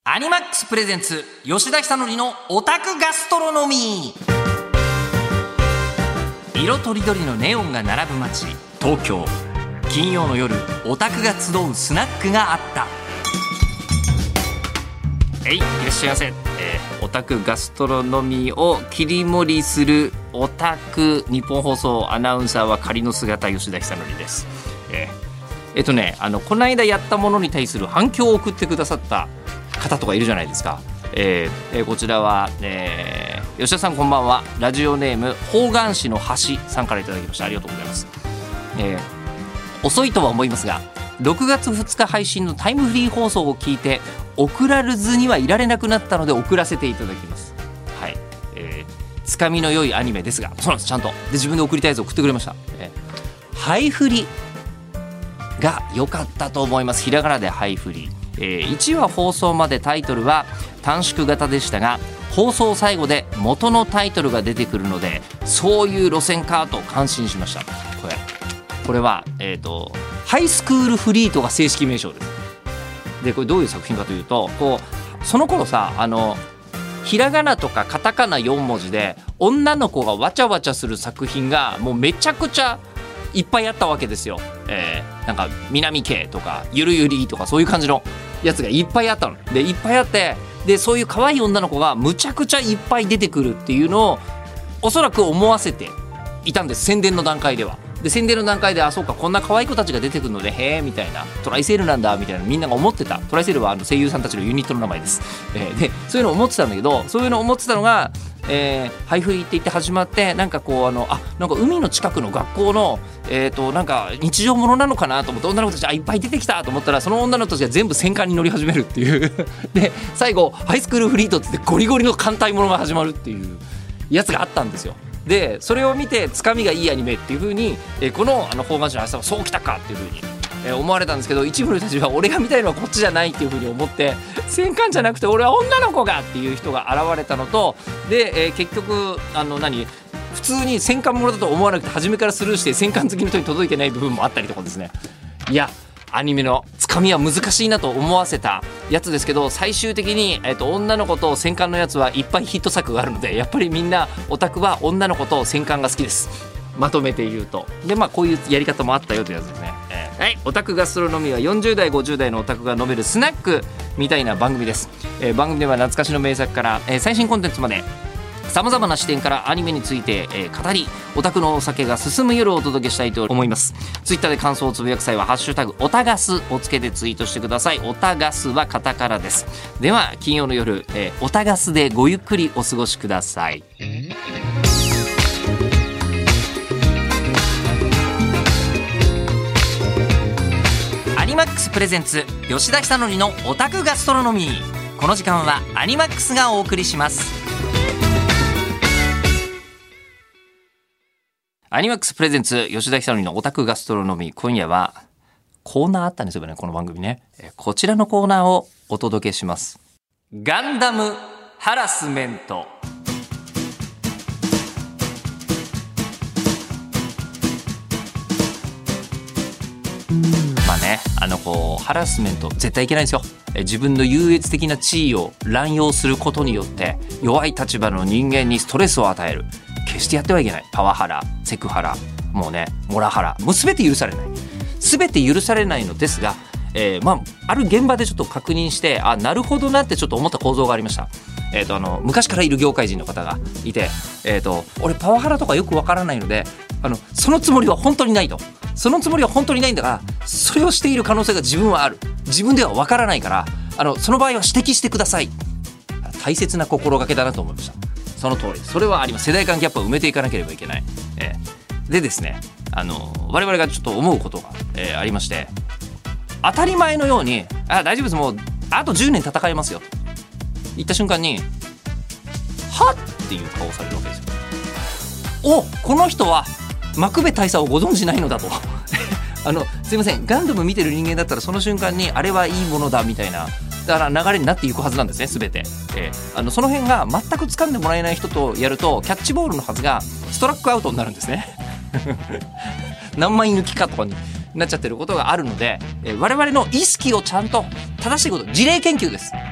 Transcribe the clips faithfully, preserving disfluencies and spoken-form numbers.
アニマックスプレゼンツ吉田久典のオタクガストロノミー。色とりどりのネオンが並ぶ街東京。金曜の夜、オタクが集うスナックがあった。えい、いらっしゃいませ。えー、オタクガストロノミーを切り盛りするオタク日本放送アナウンサーは仮の姿吉田久典です。えー、えっとねあのこの間やったものに対する反響を送ってくださった方とかいるじゃないですか。えーえー、こちらは、えー、吉田さんこんばんは。ラジオネーム方眼紙の橋さんからいただきました。ありがとうございます。えー、遅いとは思いますがろくがつふつか配信のタイムフリー放送を聞いて送られずにはいられなくなったので送らせていただきます。はい、えー、つかみの良いアニメですが、そうなんです、ちゃんとで自分で送りたいやつ送ってくれました。えー、ハイフリが良かったと思います。ひらがなでハイフリ。えー、いちわ放送までタイトルは短縮型でしたが放送最後で元のタイトルが出てくるのでそういう路線かと感心しました。これこれは、えーと、ハイスクールフリートが正式名称です。でこれどういう作品かというと、こうその頃さ、あのひらがなとかカタカナよんもじで女の子がわちゃわちゃする作品がもうめちゃくちゃいっぱいあったわけですよ。えー、なんか南系とかゆるゆりとかそういう感じのやつがいっぱいあったので、いっぱいあって、でそういう可愛い女の子がむちゃくちゃいっぱい出てくるっていうのをおそらく思わせていたんです、宣伝の段階では。で宣伝の段階で、あ、そうか、こんな可愛い子たちが出てくるのでへーみたいな、トライセールなんだみたいなみんなが思ってた。トライセールはあの声優さんたちのユニットの名前です。えー、でそういうのを思ってたんだけど、そういうのを思ってたのがえー、ハイフリーって言って始まって、なんかこうあのあなんか海の近くの学校の、えー、となんか日常ものなのかなと思って女の子たちあいっぱい出てきたと思ったら、その女の子たちが全部戦艦に乗り始めるっていうで最後ハイスクールフリートってゴリゴリの艦隊ものが始まるっていうやつがあったんですよ。でそれを見てつかみがいいアニメっていう風に、えー、このあの方眼紙の朝はそうきたかっていう風に思われたんですけど、一部の人たちは俺が見たいのはこっちじゃないっていう風に思って戦艦じゃなくて俺は女の子がっていう人が現れたのと、で、えー、結局あの何普通に戦艦ものだと思わなくて初めからスルーして戦艦好きの人に届いてない部分もあったりとかですね。いやアニメのつかみは難しいなと思わせたやつですけど、最終的に、えー、と女の子と戦艦のやつはいっぱいヒット作があるので、やっぱりみんなオタクは女の子と戦艦が好きです。まとめて言うと。でまあこういうやり方もあったよというやつですね。えー、はいオタクガストロノミーはよんじゅうだいごじゅうだいのオタクが飲めるスナックみたいな番組です。えー、番組では懐かしの名作から、えー、最新コンテンツまでさまざまな視点からアニメについて、えー、語りオタクのお酒が進む夜をお届けしたいと思います。ツイッターで感想をつぶやく際はハッシュタグオタガスをつけてツイートしてください。オタガスはカタカナです。では金曜の夜、えー、オタガスでごゆっくりお過ごしください。アニマックスプレゼンツ吉田久典のオタクガストロノミー。この時間はアニマックスがお送りします。アニマックスプレゼンツ吉田久典のオタクガストロノミー。今夜はコーナーあったんですよね、この番組ね。こちらのコーナーをお届けします。ガンダムハラスメント。まあね、あのこうハラスメント絶対いけないんですよ。自分の優越的な地位を乱用することによって弱い立場の人間にストレスを与える、決してやってはいけない。パワハラ、セクハラ、もうねモラハラ、もう全て許されない、全て許されないのですが、えーまあ、ある現場でちょっと確認して、あなるほどなってちょっと思った構造がありました。えー、とあの昔からいる業界人の方がいて、えー、と俺パワハラとかよくわからないので、あのそのつもりは本当にないと、そのつもりは本当にないんだがそれをしている可能性が自分はある、自分ではわからないから、あのその場合は指摘してください。大切な心がけだなと思いました。その通り、それはあります。世代間ギャップを埋めていかなければいけない。えー、でですね、あの我々がちょっと思うことが、えー、ありまして、当たり前のようにあ大丈夫です、もうあとじゅうねん戦えますよと言った瞬間にはっていう顔をされるわけですよ。おこの人はマクベ大佐をご存じないのだとあのすいません、ガンダム見てる人間だったらその瞬間にあれはいいものだみたいな、だから流れになっていくはずなんですね、全て。えー、あのその辺が全く掴んでもらえない人とやるとキャッチボールのはずがストラックアウトになるんですね何枚抜きかとかになっちゃってることがあるので、えー、我々の意識をちゃんと正しいこと、事例研究です。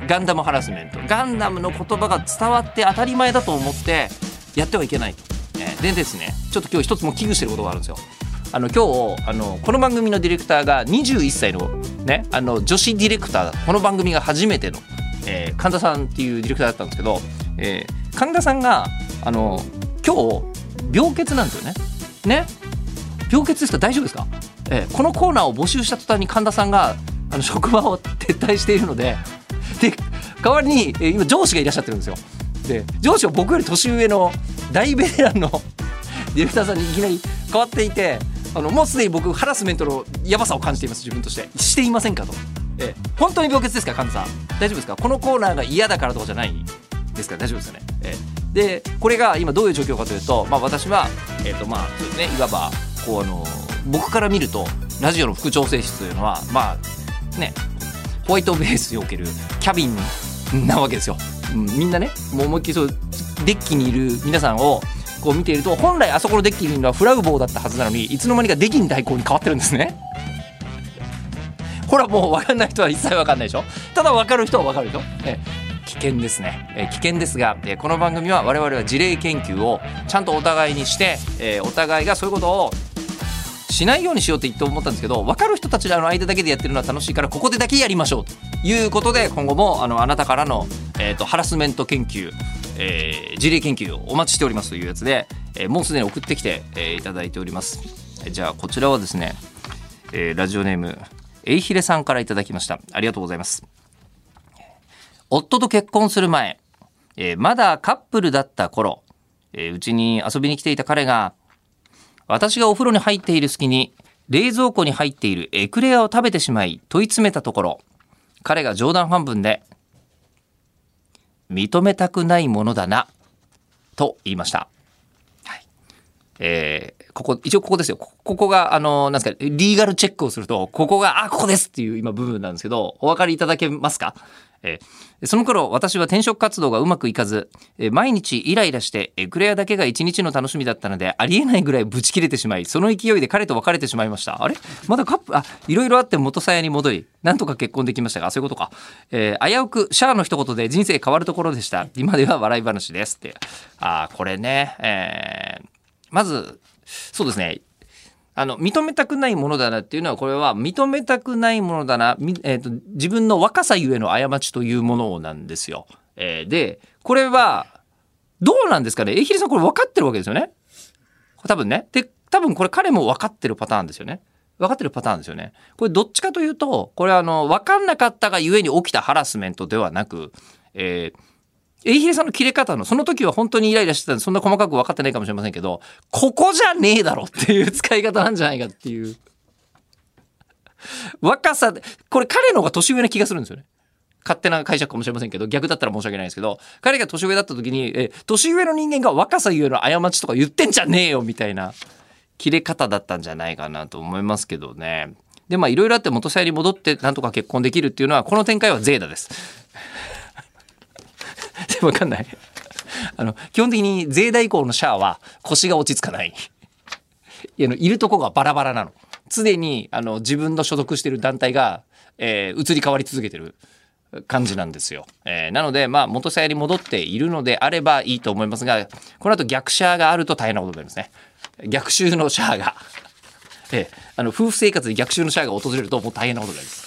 ガンダムハラスメント、ガンダムの言葉が伝わって当たり前だと思ってやってはいけないと、えー、でですねちょっと今日一つも危惧してることがあるんですよ。あの今日あのこの番組のディレクターがにじゅういっさいのねあの女子ディレクター、この番組が初めての、えー、神田さんっていうディレクターだったんですけど、えー、神田さんがあの今日病欠なんですよね。ね病欠ですか、大丈夫ですか。えー、このコーナーを募集した途端に神田さんがあの職場を撤退しているので、で代わりに、えー、今上司がいらっしゃってるんですよ。で上司は僕より年上の大ベテランのディレクターさんにいきなり変わっていて、あのもうすでに僕ハラスメントのやばさを感じています。自分としてしていませんかと、えー、本当に病欠ですか神田さん、大丈夫ですか。このコーナーが嫌だからとかじゃないですか、大丈夫ですよね。えー、でこれが今どういう状況かというと、まあ、私は、えーとまあそうですね、いわばこうあの僕から見るとラジオの副調整室というのはまあねホワイトベースにおけるキャビンなわけですよ。うん、みんなねもう思いっきりそうデッキにいる皆さんをこう見ていると、本来あそこのデッキにいるのはフラグ棒だったはずなのに、いつの間にかデッキに代行に変わってるんですね。ほらもう分かんない人は一切分かんないでしょ。ただ分かる人は分かるでしょ。え危険ですね。え危険ですが、えこの番組は我々は事例研究をちゃんとお互いにして、えお互いがそういうことをしないようにしようって言って思ったんですけど、分かる人たちの間だけでやってるのは楽しいから、ここでだけやりましょうということで、今後もあのあなたからの、えーと、ハラスメント研究、えー、事例研究をお待ちしておりますというやつで、えー、もうすでに送ってきて、えー、いただいております。じゃあこちらはですね、えー、ラジオネームえいひれさんからいただきました。ありがとうございます。夫と結婚する前、えー、まだカップルだった頃、えー、うちに遊びに来ていた彼が、私がお風呂に入っている隙に冷蔵庫に入っているエクレアを食べてしまい問い詰めたところ、彼が冗談半分で認めたくないものだなと言いました。はい、えー、ここ一応ここですよ。ここがあのなんですか、リーガルチェックをするとここがあここですっていう今部分なんですけど、お分かりいただけますか。えー、その頃私は転職活動がうまくいかず、えー、毎日イライラしてエクレアだけが一日の楽しみだったので、ありえないぐらいブチ切れてしまい、その勢いで彼と別れてしまいました。あれまだカップあいろいろあって元さやに戻り、なんとか結婚できましたが、そういうことか。えー、危うくシャアの一言で人生変わるところでした。今では笑い話ですって。あこれね、えー、まずそうですね、あの認めたくないものだなっていうのは、これは認めたくないものだな、えーと、自分の若さゆえの過ちというものなんですよ。えー、でこれはどうなんですかね。えひりさんこれ分かってるわけですよね、多分ね。で多分これ彼も分かってるパターンですよね。分かってるパターンですよね。これどっちかというと、これはあの分かんなかったがゆえに起きたハラスメントではなく、えーえいひれさんの切れ方のその時は本当にイライラしてたんで、そんな細かく分かってないかもしれませんけど、ここじゃねえだろっていう使い方なんじゃないかっていう若さで、これ彼の方が年上な気がするんですよね。勝手な解釈かもしれませんけど、逆だったら申し訳ないですけど、彼が年上だった時にえ年上の人間が若さゆえの過ちとか言ってんじゃねえよみたいな切れ方だったんじゃないかなと思いますけどね。でまあいろいろあって元さやに戻ってなんとか結婚できるっていうのは、この展開はゼーダです分かんないあの基本的にゼーダ以降のシャアは腰が落ち着かない。いやいるとこがバラバラなの。常にあの自分の所属している団体が、えー、移り変わり続けてる感じなんですよ。えー、なのでまあ元さやに戻っているのであればいいと思いますが、この後逆シャアがあると大変なことになりますね。逆襲のシャアが、えー、あの夫婦生活に逆襲のシャアが訪れるともう大変なことになります。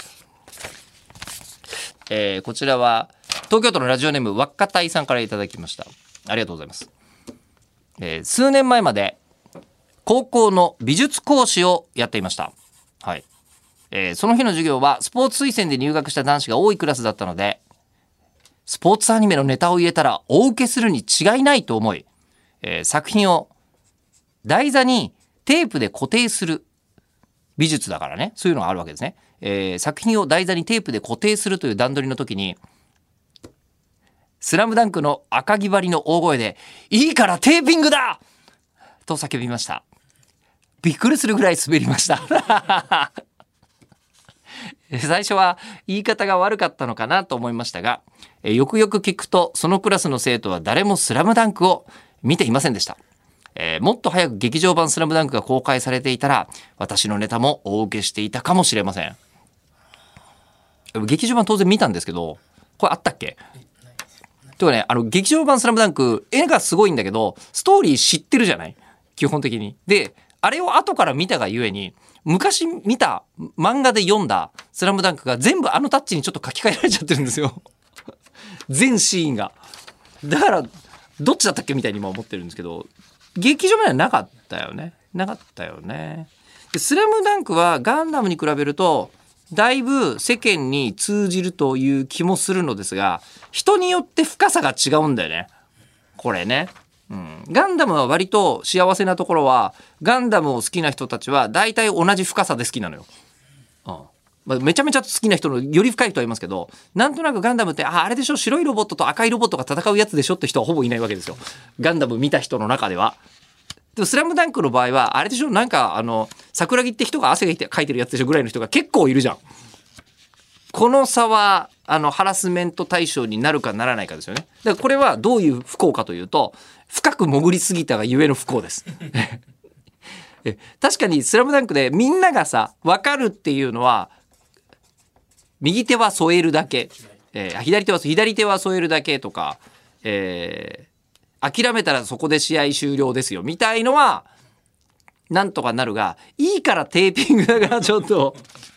えー、こちらは東京都のラジオネームわっかたいさんからいただきました。ありがとうございます。えー、数年前まで高校の美術講師をやっていました。はい。えー、その日の授業はスポーツ推薦で入学した男子が多いクラスだったので、スポーツアニメのネタを入れたら大受けするに違いないと思い、えー、作品を台座にテープで固定する、美術だからね、そういうのがあるわけですね。えー、作品を台座にテープで固定するという段取りの時に、スラムダンクの赤木張りの大声でいいからテーピングだと叫びました。びっくりするぐらい滑りました最初は言い方が悪かったのかなと思いましたが、よくよく聞くとそのクラスの生徒は誰もスラムダンクを見ていませんでした。えー、もっと早く劇場版スラムダンクが公開されていたら私のネタも大受けしていたかもしれません。劇場版当然見たんですけど、 これあったっけ？とかね、あの劇場版スラムダンク絵がすごいんだけどストーリー知ってるじゃない、基本的に。であれを後から見たがゆえに昔見た漫画で読んだスラムダンクが全部あのタッチにちょっと書き換えられちゃってるんですよ全シーンが。だからどっちだったっけみたいに今思ってるんですけど、劇場版はなかったよねなかったよね。でスラムダンクはガンダムに比べるとだいぶ世間に通じるという気もするのですが、人によって深さが違うんだよねこれね。うん、ガンダムは割と幸せなところはガンダムを好きな人たちは大体同じ深さで好きなのよ。うんまあ、めちゃめちゃ好きな人のより深い人はいますけど、なんとなくガンダムってああれでしょ、白いロボットと赤いロボットが戦うやつでしょって人はほぼいないわけですよ、ガンダム見た人の中では。でもスラムダンクの場合はあれでしょ、なんかあの桜木って人が汗がかいてるやつでしょぐらいの人が結構いるじゃん。この差はあのハラスメント対象になるかならないかですよね。だからこれはどういう不幸かというと、深く潜りすぎたがゆえの不幸ですえ確かにスラムダンクでみんながさ分かるっていうのは右手は添えるだけ、えー、左手は左手は添えるだけとか、えー、諦めたらそこで試合終了ですよみたいのはなんとかなるが、いいからテーピングだからちょっと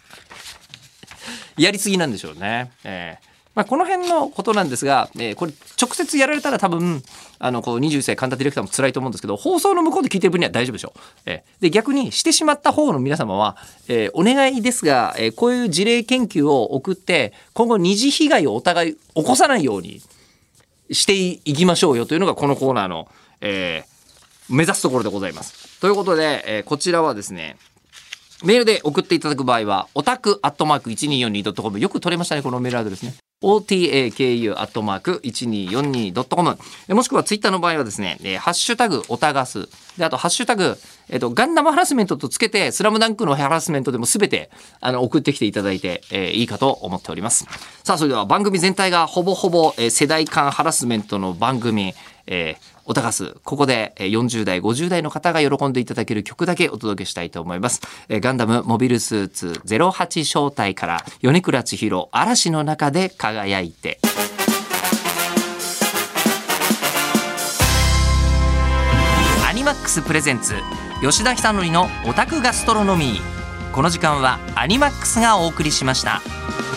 やりすぎなんでしょうね。えーまあ、この辺のことなんですが、えー、これ直接やられたら多分あのこうにじゅういっさい神田ディレクターも辛いと思うんですけど、放送の向こうで聞いてる分には大丈夫でしょう。えー、で逆にしてしまった方の皆様は、えー、お願いですが、えー、こういう事例研究を送って今後二次被害をお互い起こさないようにしていきましょうよというのがこのコーナーの、えー、目指すところでございます。ということで、えー、こちらはですねメールで送っていただく場合はオタクアットマーク いちにーよんにードットコム、 よく取れましたねこのメールアドレスね、オーティーエーケーユー アットマーク いちにーよんにードットコム、 もしくはツイッターの場合はですね、えー、ハッシュタグオタガスで、あとハッシュタグ、えー、とガンダムハラスメントとつけてスラムダンクのハラスメントでも全てあの送ってきていただいて、えー、いいかと思っております。さあそれでは番組全体がほぼほぼ、えー、世代間ハラスメントの番組、えーオタガス、ここでよんじゅう代ごじゅう代の方が喜んでいただける曲だけお届けしたいと思います。ガンダムモビルスーツゼロはち正体から米倉千尋、嵐の中で輝いて。アニマックスプレゼンツ吉田久典のオタクガストロノミー。この時間はアニマックスがお送りしました。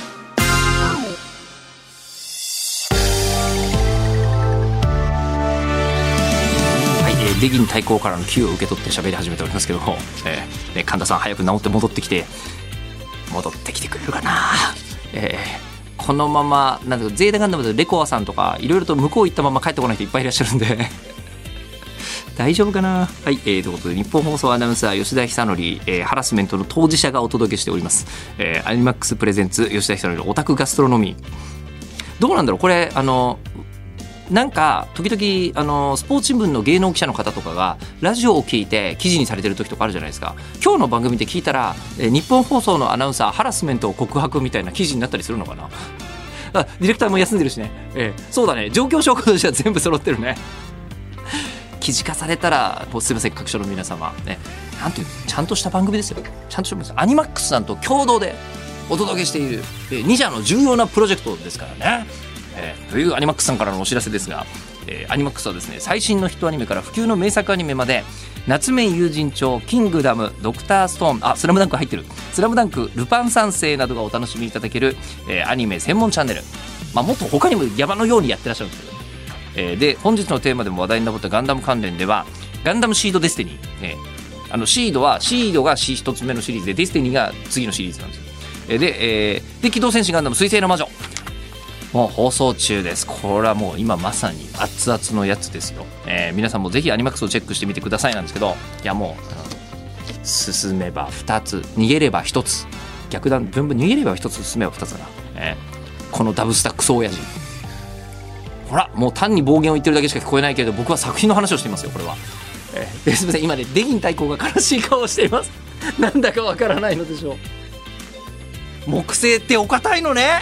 デギン対抗からのキューを受け取って喋り始めておりますけども、えーね、神田さん早く治って戻ってきて戻ってきてくれるかな、えー、このままなんだかゼータガンダムでレコアさんとかいろいろと向こう行ったまま帰ってこない人いっぱいいらっしゃるんで大丈夫かな。はい、えー、ということで日本放送アナウンサー吉田久典、えー、ハラスメントの当事者がお届けしております、えー、アニマックスプレゼンツ吉田久典のオタクガストロノミー。どうなんだろうこれ、あのなんか時々あのスポーツ新聞の芸能記者の方とかがラジオを聞いて記事にされてる時とかあるじゃないですか。今日の番組で聞いたら、え日本放送のアナウンサーハラスメントを告白みたいな記事になったりするのかなあ、ディレクターも休んでるしね、えー、そうだね、状況証拠としては全部揃ってるね記事化されたらもうすいません各所の皆様、ね、なんていうちゃんとした番組ですよ。ちゃんとした番組です。アニマックスさんと共同でお届けしている、えー、に社の重要なプロジェクトですからね。えー、というアニマックスさんからのお知らせですが、えー、アニマックスはですね最新のヒットアニメから不朽の名作アニメまで夏目友人帳、キングダム、ドクターストーン、あスラムダンク入ってる、スラムダンク、ルパン三世などがお楽しみいただける、えー、アニメ専門チャンネル、まあ、もっと他にも山のようにやってらっしゃるんですけどね、えー、で本日のテーマでも話題に上ったガンダム関連ではガンダムシードデスティニー、えー、あのシードはシードが一つ目のシリーズでデスティニーが次のシリーズなんですよ。えー、で、えー、で機動戦士ガンダム水星の魔女もう放送中です。これはもう今まさに熱々のやつですよ、えー、皆さんもぜひアニマックスをチェックしてみてくださいなんですけど、いやもう進めばふたつ逃げればひとつ逆だ、分分逃げればひとつ進めばふたつだな、えー、このダブスタクソ親父ほらもう単に暴言を言ってるだけしか聞こえないけれど僕は作品の話をしていますよこれは、えー、ですみません今ねデギン対抗が悲しい顔をしていますなんだかわからないのでしょう。木星ってお堅いのね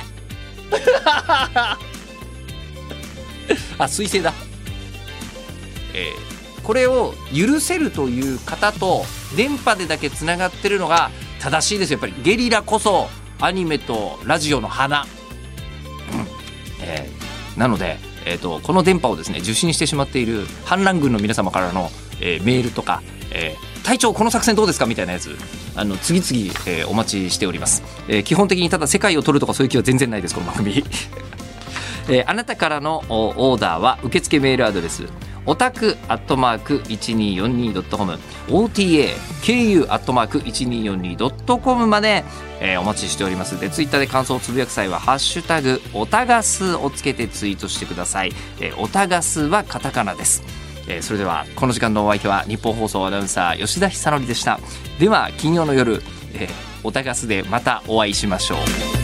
あ水星だ、えー、これを許せるという方と電波でだけつながってるのが正しいですよ。やっぱりゲリラこそアニメとラジオの花、うん、 なので、えー、とこの電波をですね受信してしまっている反乱軍の皆様からの、えー、メールとか、えー、隊長この作戦どうですかみたいなやつあの次々、えー、お待ちしております、えー、基本的にただ世界を取るとかそういう気は全然ないですこの番組、えー、あなたからのオーダーは受付メールアドレスオタクアットマーク いちにーよんにードットコム オーティーエーケーユー アットマーク いちにーよんにードットコム まで、えー、お待ちしております。でツイッターで感想をつぶやく際はハッシュタグオタガスをつけてツイートしてください、えー、オタガスはカタカナです、えー、それではこの時間のお相手は日本放送アナウンサー吉田久典でした。では金曜の夜、えー、オタガスでまたお会いしましょう。